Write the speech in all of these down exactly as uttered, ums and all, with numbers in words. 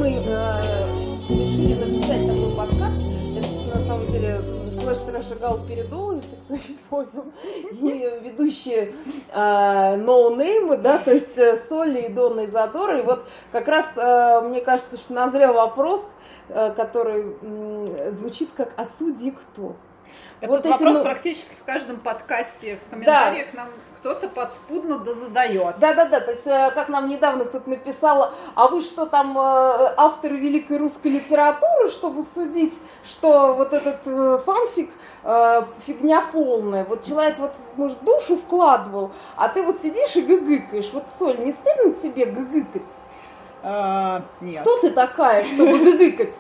мы э, решили написать такой подкаст. Это на самом деле слэш трэш Гал Передол, если кто не понял, и ведущие э, ноунеймы, да, то есть э, Соли и Донна Изодора. И вот как раз э, мне кажется, что назрел вопрос, э, который э, звучит как «А судьи кто?». Этот вот вопрос эти, ну... практически в каждом подкасте, в комментариях да. нам кто-то подспудно да задает. Да-да-да, то есть, как нам недавно кто-то написал, а вы что там, авторы великой русской литературы, чтобы судить, что вот этот фанфик фигня полная. Вот человек вот, может, душу вкладывал, а ты вот сидишь и гыгыкаешь. Вот, Соль, не стыдно тебе гыгыкать? А, нет. Кто ты такая, чтобы гыгыкать?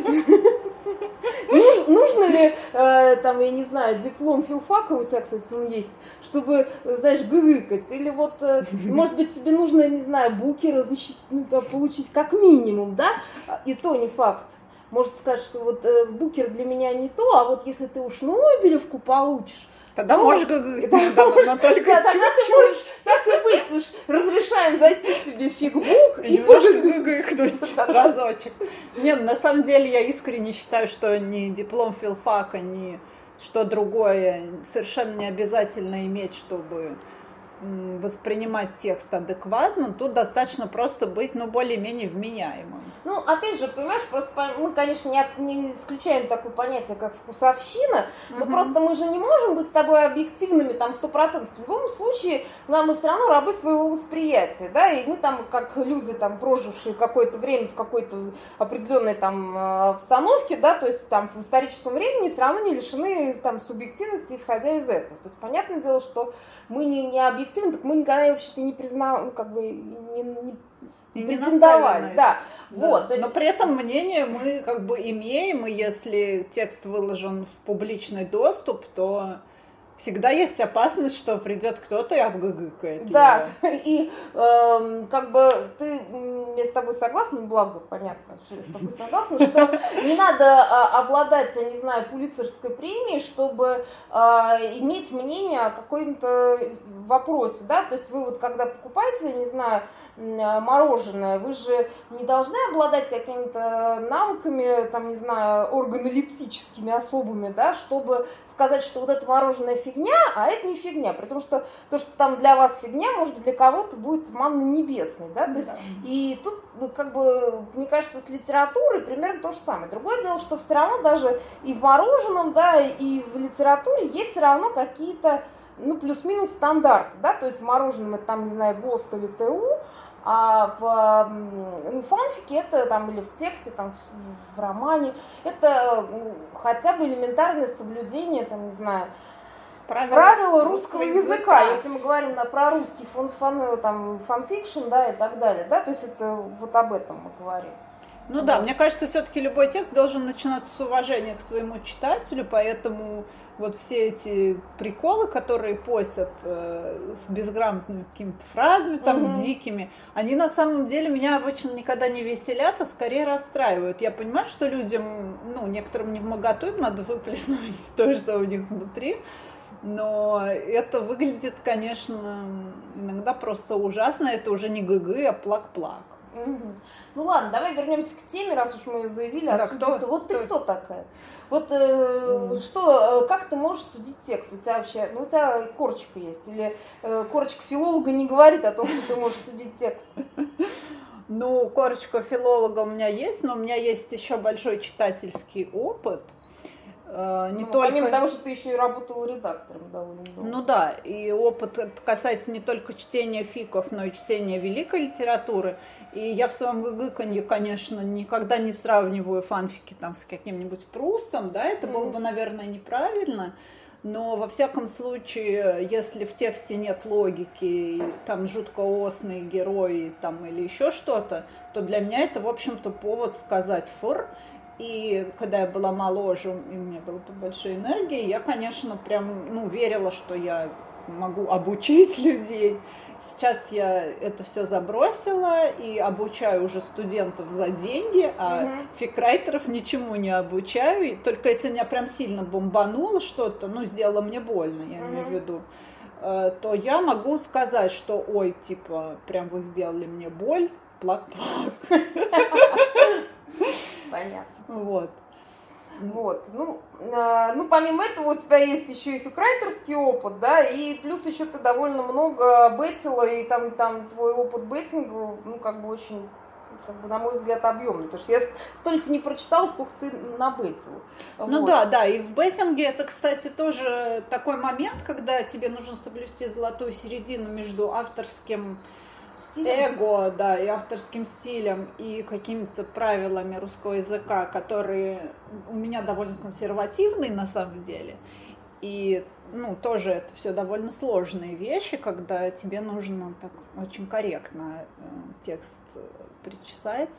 Нужно ли, э, там, я не знаю, диплом филфака, у тебя, кстати, он есть, чтобы, знаешь, гыгыкать? Или вот, э, может быть, тебе нужно, не знаю, букера защитить, ну, получить как минимум, да? И то не факт. Может сказать, что вот э, букер для меня не то, а вот если ты уж Нобелевку получишь, тогда ну, можешь гыгать, да, да, но только да, чуть-чуть. Так и быть, уж разрешаем зайти себе в фигбук и немножко гыгыкнуть разочек. Нет, на самом деле я искренне считаю, что ни диплом филфака, ни что другое совершенно не обязательно иметь, чтобы воспринимать текст адекватно. Тут достаточно просто быть, ну, более-менее вменяемым. Ну, опять же, понимаешь, просто мы, конечно, не, от, не исключаем такое понятие, как вкусовщина, но mm-hmm. просто мы же не можем быть с тобой объективными, там, сто процентов. В любом случае, нам мы все равно рабы своего восприятия, да, и мы там, как люди, там, прожившие какое-то время в какой-то определенной, там, обстановке, да, то есть, там, в историческом времени все равно не лишены, там, субъективности, исходя из этого. То есть, понятное дело, что мы не, не объективны, так мы никогда вообще-то не признавали, ну, как бы, не, не и не претендовали, да. Да. Вот, то есть... Но при этом мнение мы как бы имеем, и если текст выложен в публичный доступ, то всегда есть опасность, что придет кто-то и обгыгыкает. Да, его. И э, как бы ты, я с тобой согласна, благо, понятно, что я с тобой согласна, что не надо обладать, я не знаю, пулитцерской премией, чтобы э, иметь мнение о каком-то вопросе, да, то есть вы вот когда покупаете, я не знаю, мороженое, вы же не должны обладать какими-то навыками, там, не знаю, органолептическими особыми, да, чтобы сказать, что вот это мороженое фигня, а это не фигня, потому что то, что там для вас фигня, может быть, для кого-то будет манна небесной, да, то есть, да. И тут, ну, как бы, мне кажется, с литературой примерно то же самое. Другое дело, что все равно даже и в мороженом, да, и в литературе есть все равно какие-то, ну, плюс-минус стандарты, да, то есть в мороженом это, там, не знаю, ГОСТ или ТУ, а в ну, фанфике это там или в тексте, там в романе, это хотя бы элементарное соблюдение, там, не знаю, правила, правила русского языка. языка, если мы говорим на, про русский фан, фан, там, фанфикшн, да, и так далее, да, то есть это вот об этом мы говорим. Ну да, мне кажется, все-таки любой текст должен начинаться с уважения к своему читателю, поэтому вот все эти приколы, которые постят э, с безграмотными какими-то фразами, там, mm-hmm. дикими, они на самом деле меня обычно никогда не веселят, а скорее расстраивают. Я понимаю, что людям, ну, некоторым невмоготу, им надо выплеснуть то, что у них внутри, но это выглядит, конечно, иногда просто ужасно, это уже не гы-гы, а плак-плак. Угу. Ну ладно, давай вернемся к теме, раз уж мы ее заявили. Да, а кто? Кто? Вот ты кто? кто такая? Вот э, mm. что, как ты можешь судить текст? У тебя вообще, ну у тебя корочка есть, или э, корочка филолога не говорит о том, что ты можешь судить текст? Ну, корочка филолога у меня есть, но у меня есть еще большой читательский опыт. Не ну, только... Помимо того, что ты еще и работала редактором довольно долго. Ну да, и опыт касается не только чтения фиков, но и чтения великой литературы. И я в своем гыгыканье, конечно, никогда не сравниваю фанфики там с каким-нибудь Прустом, да, это mm-hmm. было бы, наверное, неправильно. Но во всяком случае, если в тексте нет логики, там жутко осные герои там, или еще что-то, то для меня это, в общем-то, повод сказать фыр. И когда я была моложе, и у меня было побольше энергии, я, конечно, прям, ну, верила, что я могу обучить людей. Сейчас я это все забросила и обучаю уже студентов за деньги, а mm-hmm. фикрайтеров ничему не обучаю. И только если меня прям сильно бомбануло что-то, ну, сделало мне больно, я mm-hmm. имею в виду, то я могу сказать, что, ой, типа, прям вы сделали мне боль, плак-плак. Понятно. Вот. Вот, ну, э, ну, помимо этого у тебя есть еще и фикрайтерский опыт, да, и плюс еще ты довольно много беттила, и там, там твой опыт беттинга, ну, как бы очень, как бы, на мой взгляд, объемный, потому что я столько не прочитала, сколько ты набеттила. Ну вот. да, да, и в беттинге это, кстати, тоже такой момент, когда тебе нужно соблюсти золотую середину между авторским эго, да, и авторским стилем, и какими-то правилами русского языка, которые у меня довольно консервативные на самом деле. И, ну, тоже это все довольно сложные вещи, когда тебе нужно так очень корректно э, текст причесать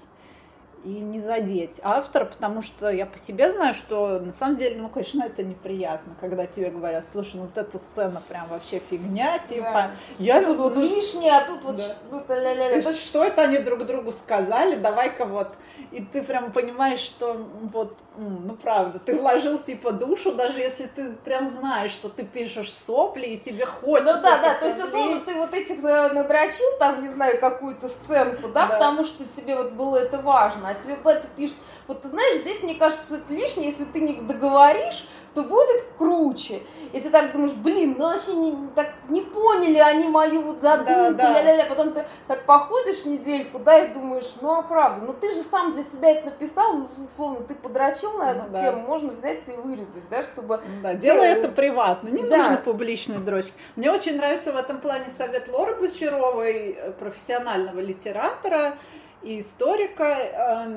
и не задеть автора, потому что я по себе знаю, что на самом деле, ну, конечно, это неприятно, когда тебе говорят, слушай, ну вот эта сцена прям вообще фигня, типа, да. я тут вот лишнее, а тут вот да. что-то ля-ля-ля. То есть, что это они друг другу сказали, давай-ка вот, и ты прям понимаешь, что вот, ну правда, ты вложил типа душу, даже если ты прям знаешь, что ты пишешь сопли, и тебе хочется. Ну да, да, то есть, условно, ты вот этих надрочил, там, не знаю, какую-то сценку, да, да, потому что тебе вот было это важно, а тебе это пишет, вот ты знаешь, здесь мне кажется, что это лишнее, если ты не договоришь, то будет круче. И ты так думаешь, блин, ну вообще не, так не поняли они мою вот задумку, да, да. ля-ля-ля. Потом ты так походишь недельку, да, и думаешь, ну а правда, ну ты же сам для себя это написал, ну, условно, ты подрочил на эту ну, да. тему, можно взять и вырезать, да, чтобы... Да, делай это приватно, не да. нужно публичной дрочки. Мне очень нравится в этом плане совет Лоры Бочаровой, профессионального литератора и историка,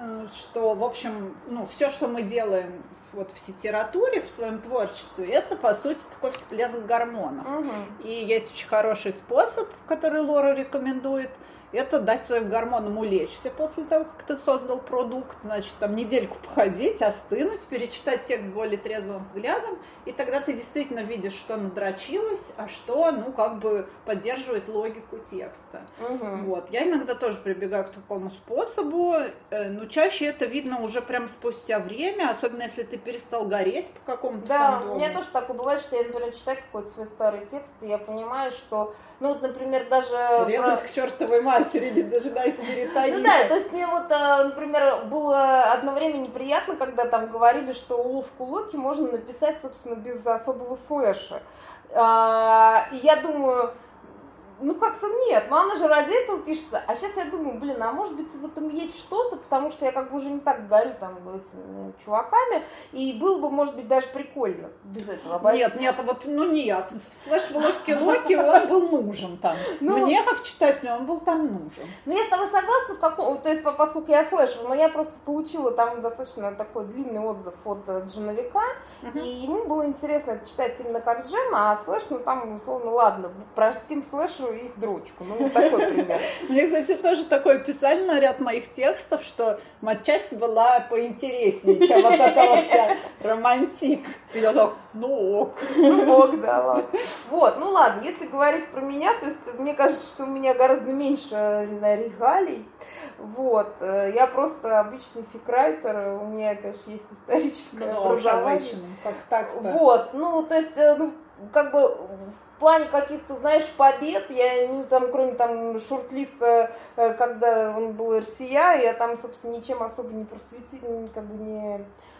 что, в общем, ну, все, что мы делаем вот в литературе, в своем творчестве, это, по сути, такой всплеск гормонов. Угу. И есть очень хороший способ, который Лора рекомендует, это дать своим гормонам улечься после того, как ты создал продукт, значит, там недельку походить, остынуть, перечитать текст более трезвым взглядом, и тогда ты действительно видишь, что надрочилось, а что, ну, как бы поддерживает логику текста. Угу. Вот. Я иногда тоже прибегаю к такому способу, но чаще это видно уже прям спустя время, особенно если ты перестал гореть по какому-то Да, фандому. у меня тоже такое бывает, что я, например, читаю какой-то свой старый текст, и я понимаю, что, ну, вот, например, даже... Резать про... к чертовой матери, не дожидаясь перитонита. Ну да, то есть мне вот, например, было одно время неприятно, когда там говорили, что уловку Локи можно написать, собственно, без особого слэша. И я думаю... Ну, как-то нет, но она же ради этого пишется. А сейчас я думаю, блин, а может быть в этом есть что-то, потому что я как бы уже не так горю там этими чуваками, и было бы, может быть, даже прикольно без этого обойти. Нет, нет, вот, ну нет, слэш в уловке Локи, он был нужен там. Ну, мне, как читателю, он был там нужен. Ну, я с тобой согласна, в каком, то есть, поскольку я слэшер, но я просто получила там достаточно такой длинный отзыв от Дженовика, uh-huh. и ему было интересно это читать именно как Джен, а слэш, ну, там, условно, ладно, простим слэшеру их дрочку. Ну, вот такой пример. Мне, кстати, тоже такое писали на ряд моих текстов, что матчасть была поинтереснее, чем вот эта вся романтик. И я так, ну ок. Ну ок, да, ладно. Вот, ну ладно, если говорить про меня, то есть мне кажется, что у меня гораздо меньше, не знаю, регалий. Вот, я просто обычный фикрайтер, у меня, конечно, есть историческое ну, образование. Как так-то? Вот, ну, то есть, ну, как бы... В плане каких-то, знаешь, побед, я не там, кроме там шорт-листа, когда он был эр си ай, я там, собственно, ничем особо не просветила, как бы не,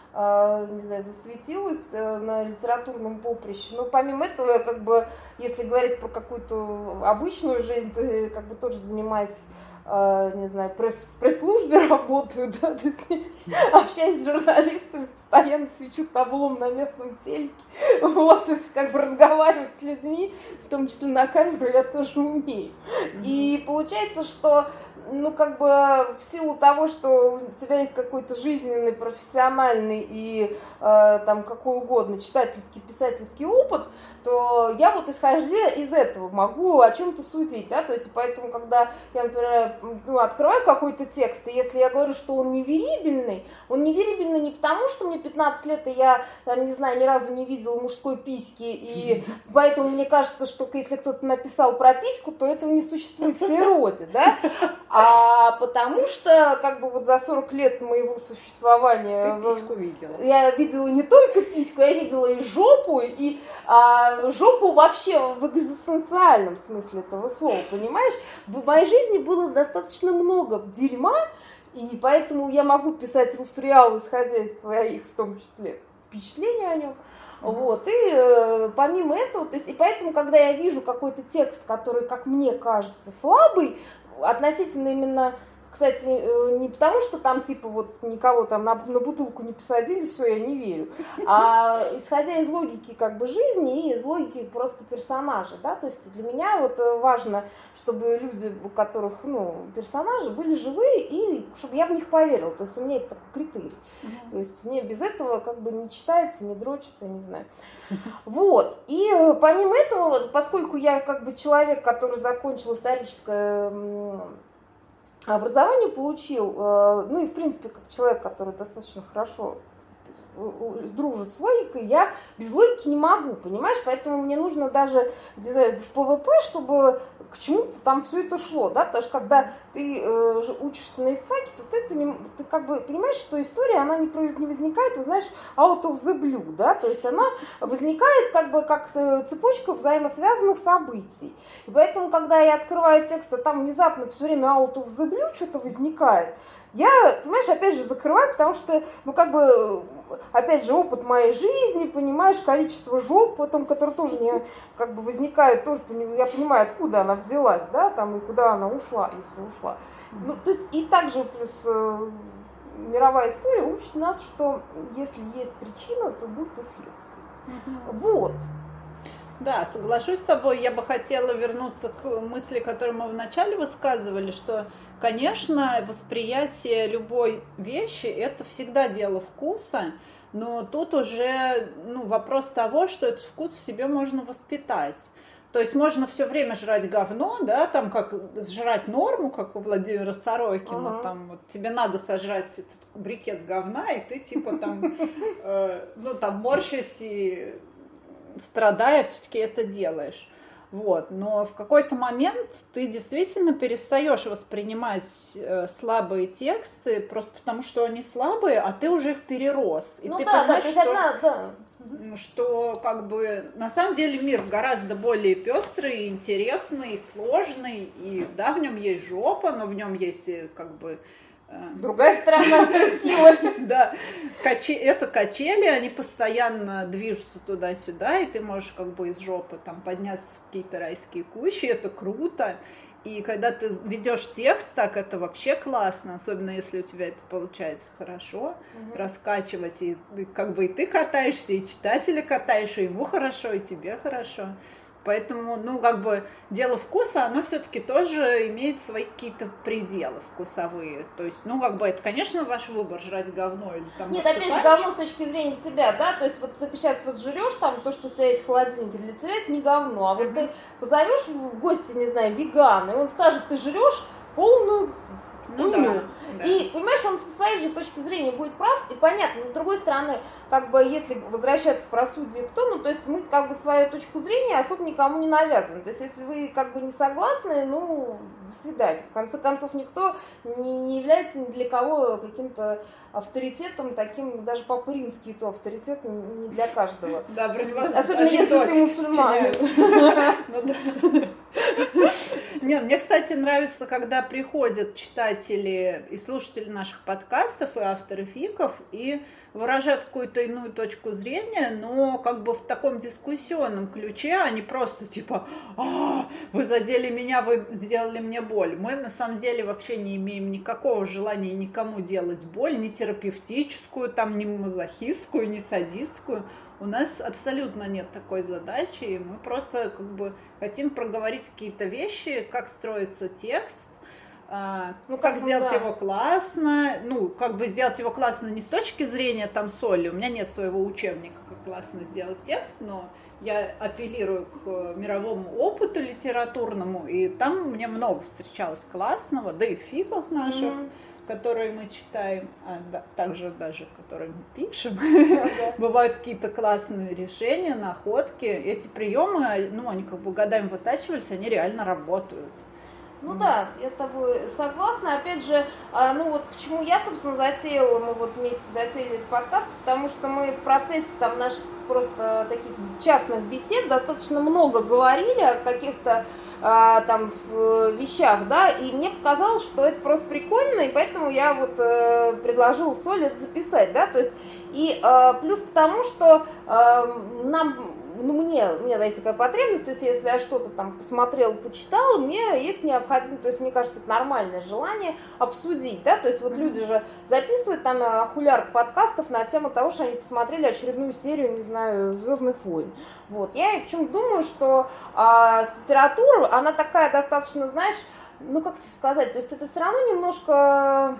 не знаю, засветилась на литературном поприще. Но помимо этого, я как бы, если говорить про какую-то обычную жизнь, то я как бы тоже занимаюсь, не знаю, пресс, в пресс-службе работаю, да, то есть общаюсь с журналистами, постоянно свечу таблом на местном телеке, вот, то есть как бы разговаривать с людьми, в том числе на камеру, я тоже умею. И получается, что, ну, как бы в силу того, что у тебя есть какой-то жизненный, профессиональный и э, там какой угодно читательский, писательский опыт, то я вот исходя из этого могу о чем-то судить, да, то есть поэтому, когда я, например, например, ну, открываю какой-то текст, и если я говорю, что он неверибельный, он неверибельный не потому, что мне пятнадцать лет, и я, там, не знаю, ни разу не видела мужской письки, и поэтому мне кажется, что если кто-то написал про письку, то этого не существует в природе, да, а потому что, как бы, вот за сорок лет моего существования... Ты письку видела. Я видела не только письку, я видела и жопу, и а, жопу вообще в экзистенциальном смысле этого слова, понимаешь? В моей жизни было достаточно много дерьма, и поэтому я могу писать русреал, исходя из своих, в том числе, впечатлений о нем. Mm-hmm. Вот, и э, помимо этого, то есть, и поэтому, когда я вижу какой-то текст, который, как мне кажется, слабый, относительно именно... Кстати, не потому, что там типа вот никого там на, на бутылку не посадили, все, я не верю, а исходя из логики как бы жизни и из логики просто персонажа, да, то есть для меня вот важно, чтобы люди, у которых, ну, персонажи были живые и чтобы я в них поверила, то есть у меня это такой критерий, mm-hmm. то есть мне без этого как бы не читается, не дрочится, не знаю. Вот, и помимо этого, поскольку я как бы человек, который закончил историческое образование получил, ну и в принципе как человек, который достаточно хорошо дружит с логикой, я без логики не могу, понимаешь, поэтому мне нужно даже, не знаю, в ПВП, чтобы к чему-то там все это шло, да, потому что когда ты э, учишься на истфаке, то ты, поним, ты как бы понимаешь, что история, она не, не возникает, вы знаешь, out of the blue, да, то есть она возникает как бы как цепочка взаимосвязанных событий, и поэтому, когда я открываю текст, а там внезапно все время out of the blue что-то возникает, я, понимаешь, опять же закрываю, потому что, ну, как бы, опять же, опыт моей жизни, понимаешь, количество жоп, потом, которые тоже не, как бы, возникают, тоже, я понимаю, откуда она взялась, да, там, и куда она ушла, если ушла. Ну, то есть, и также, плюс, э, мировая история учит нас, что если есть причина, то будет и следствие. Mm-hmm. Вот. Да, соглашусь с тобой. Я бы хотела вернуться к мысли, которую мы вначале высказывали, что, конечно, восприятие любой вещи – это всегда дело вкуса, но тут уже ну, вопрос того, что этот вкус в себе можно воспитать. То есть можно все время жрать говно, да, там как сжрать норму, как у Владимира Сорокина, ага. там вот тебе надо сожрать этот брикет говна, и ты типа там, э, ну там морщась и страдая, все-таки это делаешь. Вот. Но в какой-то момент ты действительно перестаешь воспринимать э, слабые тексты просто потому, что они слабые, а ты уже их перерос. И ну ты да, понимаешь, да, что, одна, да. что как бы на самом деле мир гораздо более пестрый, интересный, сложный. И да, в нем есть жопа, но в нем есть как бы другая сторона красивая. Да, это качели, они постоянно движутся туда-сюда, и ты можешь как бы из жопы там подняться в какие-то райские кущи, это круто. И когда ты ведешь текст, так это вообще классно, особенно если у тебя это получается хорошо, угу. раскачивать, и как бы и ты катаешься, и читателя катаешь, и ему хорошо, и тебе хорошо. Поэтому, ну, как бы, дело вкуса, оно все-таки тоже имеет свои какие-то пределы вкусовые. То есть, ну, как бы, это, конечно, ваш выбор, жрать говно или там... Нет, опять же, говно с точки зрения тебя, да, то есть, вот ты сейчас вот жрешь там то, что у тебя есть в холодильнике, для тебя это не говно, а вот mm-hmm. ты позовешь в гости, не знаю, вегана, и он скажет, ты жрешь полную... Ну, да, да. И, понимаешь, он со своей же точки зрения будет прав, и понятно, но с другой стороны, как бы, если возвращаться к правосудию к тону, то есть мы, как бы, свою точку зрения особо никому не навязываем. То есть, если вы, как бы, не согласны, ну, до свидания. В конце концов, никто не, не является ни для кого каким-то авторитетом, таким, даже Папа Римский, то авторитет не для каждого. Да, особенно если ты мусульманин. Нет, мне, кстати, нравится, когда приходят читатели и слушатели наших подкастов и авторы фиков и выражают какую-то иную точку зрения, но как бы в таком дискуссионном ключе, а не просто типа «А, вы задели меня, вы сделали мне боль». Мы на самом деле вообще не имеем никакого желания никому делать боль, ни терапевтическую, там, ни мазохистскую, ни садистскую. У нас абсолютно нет такой задачи, и мы просто как бы хотим проговорить какие-то вещи, как строится текст, А, ну, как, как сделать да. его классно, ну, как бы сделать его классно не с точки зрения там соли, у меня нет своего учебника, как классно сделать текст, но я апеллирую к мировому опыту литературному, и там мне много встречалось классного, да и в фиках наших, mm-hmm. которые мы читаем, а да, также даже которые мы пишем, mm-hmm. бывают какие-то классные решения, находки, эти приемы, ну, они как бы годами вытачивались, они реально работают. Ну mm-hmm. да, я с тобой согласна. Опять же, ну вот почему я, собственно, затеяла, мы вот вместе затеяли этот подкаст, потому что мы в процессе там наших просто таких частных бесед достаточно много говорили о каких-то а, там вещах, да, и мне показалось, что это просто прикольно, и поэтому я вот э, предложила Соле это записать, да, то есть, и э, плюс к тому, что э, нам... Ну, мне, у меня да, есть такая потребность, то есть, если я что-то там посмотрела, почитала, мне есть необходимо, то есть, мне кажется, это нормальное желание обсудить, да, то есть, вот mm-hmm. люди же записывают там хулярк подкастов на тему того, что они посмотрели очередную серию, не знаю, «Звездных войн», вот, я почему-то думаю, что а, литература, она такая достаточно, знаешь, ну, как тебе сказать, то есть, это все равно немножко...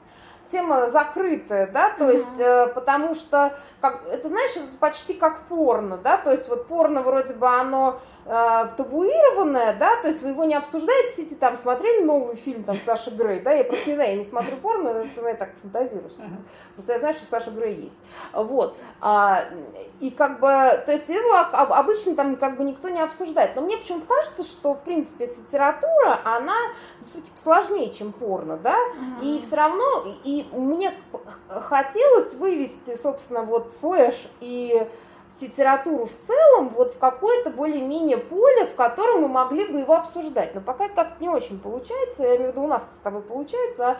тема закрытая, да, то mm-hmm. есть, э, потому что, как, это, знаешь, это почти как порно, да, то есть, вот порно вроде бы оно э, табуированное, да, то есть, вы его не обсуждаете в сети, там, смотрели новый фильм, там, Саши Грей, да, я просто не знаю, я не смотрю порно, это я так фантазирую, uh-huh. просто я знаю, что Саша Грей есть, вот, а, и как бы, то есть, его обычно там как бы никто не обсуждает, но мне почему-то кажется, что, в принципе, литература, она все-таки сложнее, чем порно, да, uh-huh. и все равно, и мне хотелось вывести, собственно, вот слэш и литературу в целом вот в какое-то более-менее поле, в котором мы могли бы его обсуждать. Но пока как-то не очень получается, я имею в виду, у нас с тобой получается,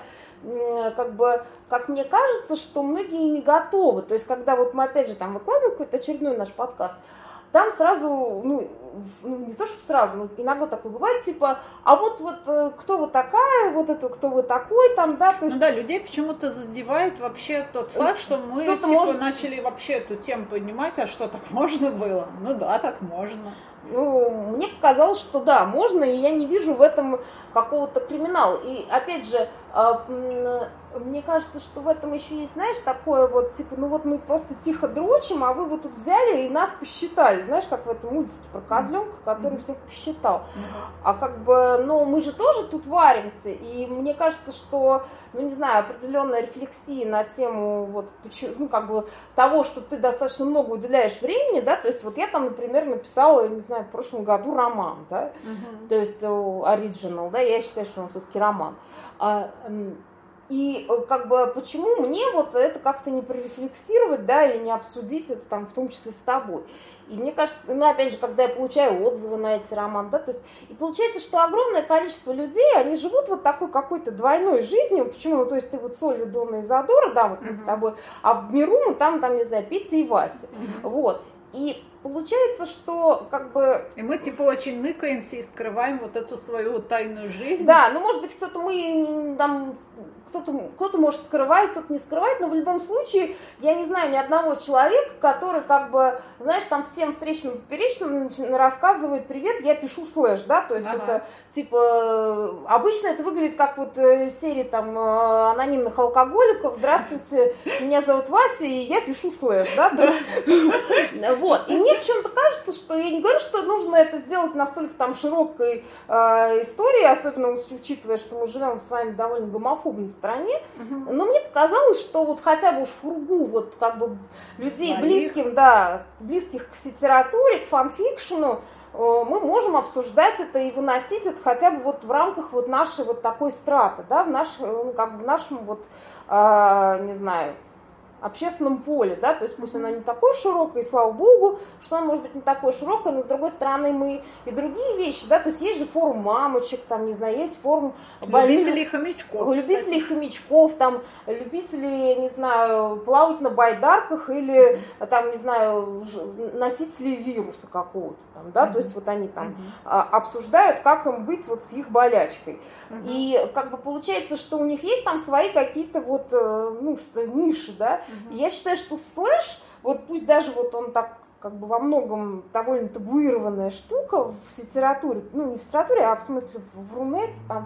а как бы, как мне кажется, что многие не готовы. То есть, когда вот мы опять же там выкладываем какой-то очередной наш подкаст, там сразу, ну, не то чтобы сразу, но иногда такое бывает, типа, а вот, вот кто вы такая, вот это кто вы такой, там, да, то есть... Ну да, людей почему-то задевает вообще тот факт, что мы, типа, может... начали вообще эту тему поднимать, а что, так можно было? Ну да, так можно. Ну, мне показалось, что да, можно, и я не вижу в этом какого-то криминала. И, опять же, мне кажется, что в этом еще есть, знаешь, такое вот, типа, ну вот мы просто тихо дрочим, а вы вот тут взяли и нас посчитали. Знаешь, как в этом мультике про козленка, который mm-hmm. всех посчитал. Mm-hmm. А как бы, ну, мы же тоже тут варимся, и мне кажется, что, ну, не знаю, определенная рефлексия на тему, вот, ну, как бы, того, что ты достаточно много уделяешь времени, да, то есть вот я там, например, написала, не знаю, в прошлом году роман, да, mm-hmm. то есть оригинал, да, я считаю, что он все-таки роман. А, и как бы почему мне вот это как-то не прорефлексировать, да, и не обсудить это там в том числе с тобой. И мне кажется, ну опять же, когда я получаю отзывы на эти романы, да, то есть, и получается, что огромное количество людей, они живут вот такой какой-то двойной жизнью. Почему? Ну, то есть ты вот Соля, Дона и Задора, да, вот мы uh-huh. с тобой, а в миру мы там, там, не знаю, Петя и Вася. Uh-huh. Вот. И получается, что как бы... И мы типа очень ныкаемся и скрываем вот эту свою тайную жизнь. Да, ну может быть кто-то мы там... Кто-то, кто-то может скрывать, кто-то не скрывает, но в любом случае я не знаю ни одного человека, который как бы, знаешь, там всем встречным поперечным рассказывает: привет, я пишу слэш, да, то есть ага. это типа, обычно это выглядит как вот серия там анонимных алкоголиков: здравствуйте, меня зовут Вася, и я пишу слэш, да, то есть, вот, и мне почему-то кажется, что я не говорю, что нужно это сделать настолько там широкой историей, особенно учитывая, что мы живем с вами довольно гомофобной стране, uh-huh. но мне показалось, что вот хотя бы уж в кругу вот как бы людей Своих. близким, да, близких к литературе, к фанфикшену, мы можем обсуждать это и выносить это хотя бы вот в рамках вот нашей вот такой страты, да, в нашем, как бы в нашем вот, э, не знаю, общественном поле, да, то есть пусть она не такой широкая, и слава богу, что она может быть не такой широкой, но с другой стороны мы и другие вещи, да, то есть есть же форум мамочек, там, не знаю, есть форум больных, любителей хомячков, любителей хомячков, там, любителей, не знаю, плавать на байдарках или, mm-hmm. там, не знаю, носителей вируса какого-то, там, да, mm-hmm. то есть вот они там mm-hmm. обсуждают, как им быть вот с их болячкой, mm-hmm. и как бы получается, что у них есть там свои какие-то вот, ну, ниши, да. И я считаю, что слэш, вот пусть даже вот он так как бы во многом довольно табуированная штука в литературе, ну не в литературе, а в смысле в Рунете, там,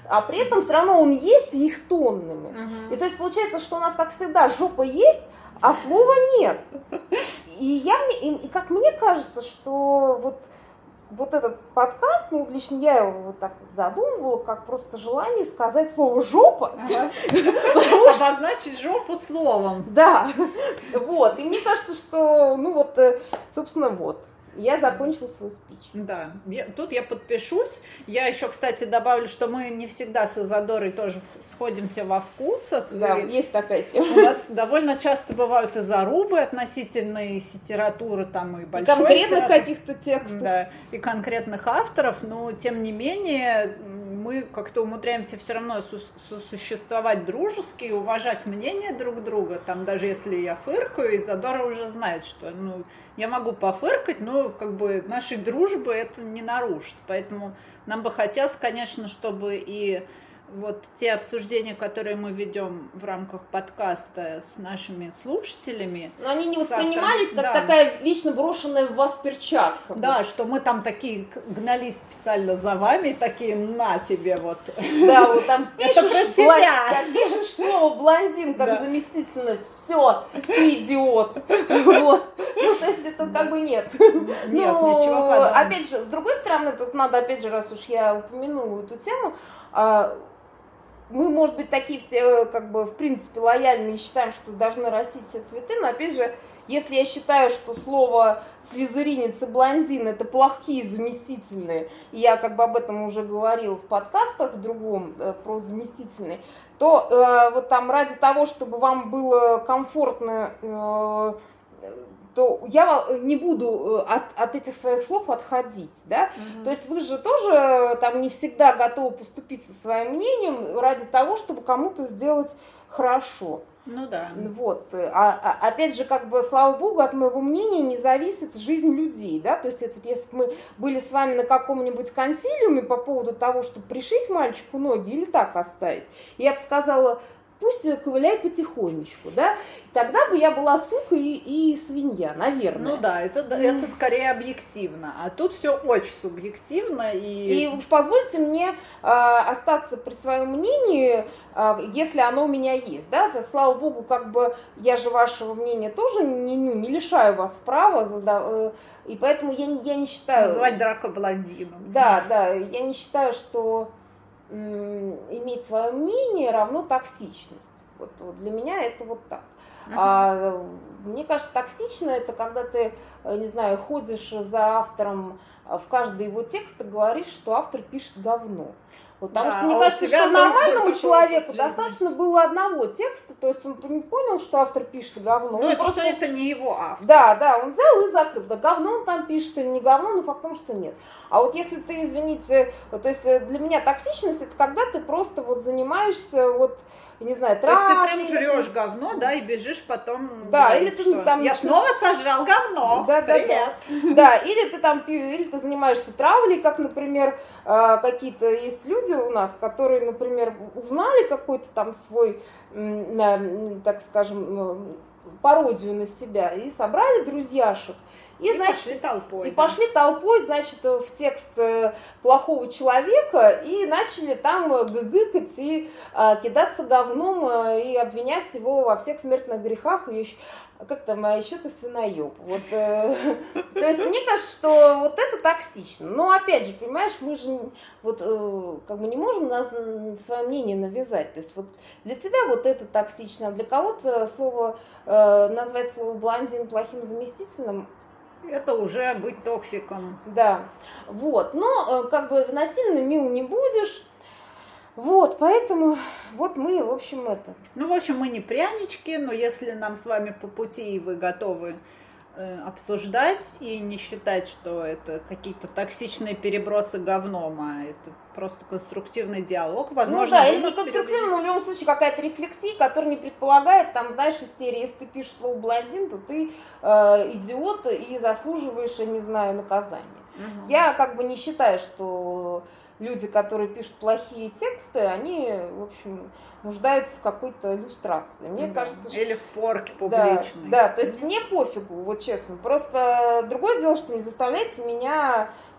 а при этом все равно он есть, и их тоннами. Uh-huh. И то есть получается, что у нас, как всегда, жопа есть, а слова нет. И, я, и как мне кажется, что вот, вот этот подкаст, ну, лично я его вот так вот задумывала, как просто желание сказать слово «жопа». Ага. Обозначить жопу словом. Да, вот. И мне кажется, что, ну вот, собственно, вот. Я закончила свой спич. Да, я, тут я подпишусь. Я еще, кстати, добавлю, что мы не всегда с Изодорой тоже сходимся во вкусах. Да, и есть такая тема. У нас довольно часто бывают и зарубы относительно и литературы, там, и большой конкретных каких-то текстов. Да, и конкретных авторов, но, тем не менее, мы как-то умудряемся все равно сосуществовать дружески и уважать мнение друг друга. Там, даже если я фыркаю, Изодора уже знает, что, ну, я могу пофыркать, но как бы нашей дружбы это не нарушит. Поэтому нам бы хотелось, конечно, чтобы и вот те обсуждения, которые мы ведем в рамках подкаста с нашими слушателями. Но они не воспринимались автором, как да. такая вечно брошенная в вас перчатка. Да, вот. Что мы там такие гнались специально за вами, и такие, на тебе вот. Да, вот там пишешь, это про тебя. Блон... пишешь слово блондин как да. заместительное, все, ты идиот. Вот. Ну, то есть это как бы нет. Нет, ну, ничего подобного. Опять же, с другой стороны, тут надо, опять же, раз уж я упомянула эту тему, мы, может быть, такие все, как бы, в принципе, лояльные и считаем, что должны растить все цветы, но, опять же, если я считаю, что слово слизеринец и блондин это плохие заместительные, и я как бы об этом уже говорила в подкастах в другом э, про заместительные, то э, вот там ради того, чтобы вам было комфортно, э, то я не буду от, от этих своих слов отходить, да, угу. То есть вы же тоже там не всегда готовы поступить со своим мнением ради того, чтобы кому-то сделать хорошо. Ну да. Вот. А, а опять же, как бы, слава богу, от моего мнения не зависит жизнь людей, да, то есть это, если бы мы были с вами на каком-нибудь консилиуме по поводу того, чтобы пришить мальчику ноги или так оставить, я бы сказала, пусть ковыляй потихонечку, да, тогда бы я была сука и, и свинья, наверное. Ну да, это, это скорее объективно, а тут все очень субъективно. И, и уж позвольте мне э, остаться при своем мнении, э, если оно у меня есть, да, то, слава богу, как бы я же вашего мнения тоже не, не, не лишаю вас права, э, и поэтому я, я не считаю... Называть драку блондином. Да, да, я не считаю, что иметь свое мнение равно токсичность. Вот, вот для меня это вот так. Uh-huh. А, мне кажется, токсично это когда ты, не знаю, ходишь за автором в каждый его текст и говоришь, что автор пишет говно. Вот, потому да, что мне а кажется, что нормальному человеку достаточно было одного текста, то есть он не понял, что автор пишет говно. Ну, это просто... что это не его автор. Да, да, он взял и закрыл. Да, говно он там пишет или не говно, но факт в том, что нет. А вот если ты, извините, то есть для меня токсичность, это когда ты просто вот занимаешься вот, не знаю, травлей. То есть ты прям жрешь говно, да, и бежишь потом. Да, говоришь, или ты что? Там... Я снова сожрал говно. Да, привет. Да, да. Да, или ты там, или ты занимаешься травлей, как, например, какие-то есть люди у нас, которые, например, узнали какой-то там свой, так скажем, пародию на себя и собрали друзьяшек. И, и значит, пошли толпой. И да. пошли толпой, значит, в текст плохого человека и начали там гыгыкать и а, кидаться говном и обвинять его во всех смертных грехах. И еще, как там, а еще ты свиноеб. Вот, э, то есть мне кажется, что вот это токсично. Но опять же, понимаешь, мы же вот, э, как бы не можем нас, свое мнение навязать. То есть вот для тебя вот это токсично, а для кого-то слово, э, назвать слово блондин плохим заместителем, это уже быть токсиком. Да, вот, но как бы насильно мил не будешь, вот, поэтому вот мы, в общем, это. Ну, в общем, мы не прянички, но если нам с вами по пути, и вы готовы э, обсуждать и не считать, что это какие-то токсичные перебросы говном, а это просто конструктивный диалог, возможно, ну да, или не конструктивный, но в любом случае какая-то рефлексия, которая не предполагает, там, знаешь, из серии, если ты пишешь слово блондин, то ты э, идиот и заслуживаешь, я не знаю, наказания. Угу. Я как бы не считаю, что люди, которые пишут плохие тексты, они, в общем, нуждаются в какой-то иллюстрации. Мне да. кажется, что... Или в порке публичной. Да, да, то есть мне пофигу, вот честно. Просто другое дело, что не заставляйте меня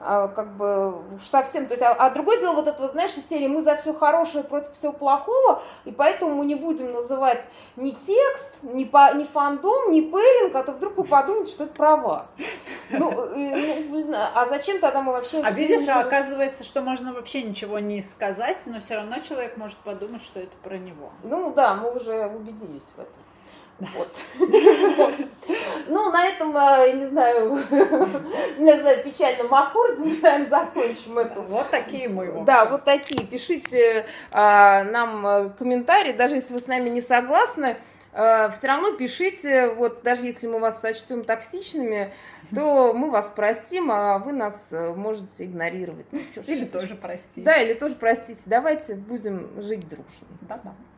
а, как бы уж совсем, то есть, а, а другое дело вот это, вот, знаешь, из серии мы за все хорошее против всего плохого, и поэтому мы не будем называть ни текст, ни, по, ни фандом, ни пэринг, а то вдруг вы подумаете, что это про вас. Ну, э, ну а зачем тогда мы вообще... А видишь, а оказывается, что можно вообще ничего не сказать, но все равно человек может подумать, что это про него. Ну да, мы уже убедились в этом. Вот. Ну, на этом, я не знаю, не знаю, печальном аккорде, наверное, закончим эту. Вот такие мы, в общем. Да, вот такие. Пишите а, нам комментарии, даже если вы с нами не согласны, а, все равно пишите, вот даже если мы вас сочтем токсичными, то мы вас простим, а вы нас можете игнорировать. Ну, или тоже простите. Да, или тоже простите. Давайте будем жить дружно. Да-да.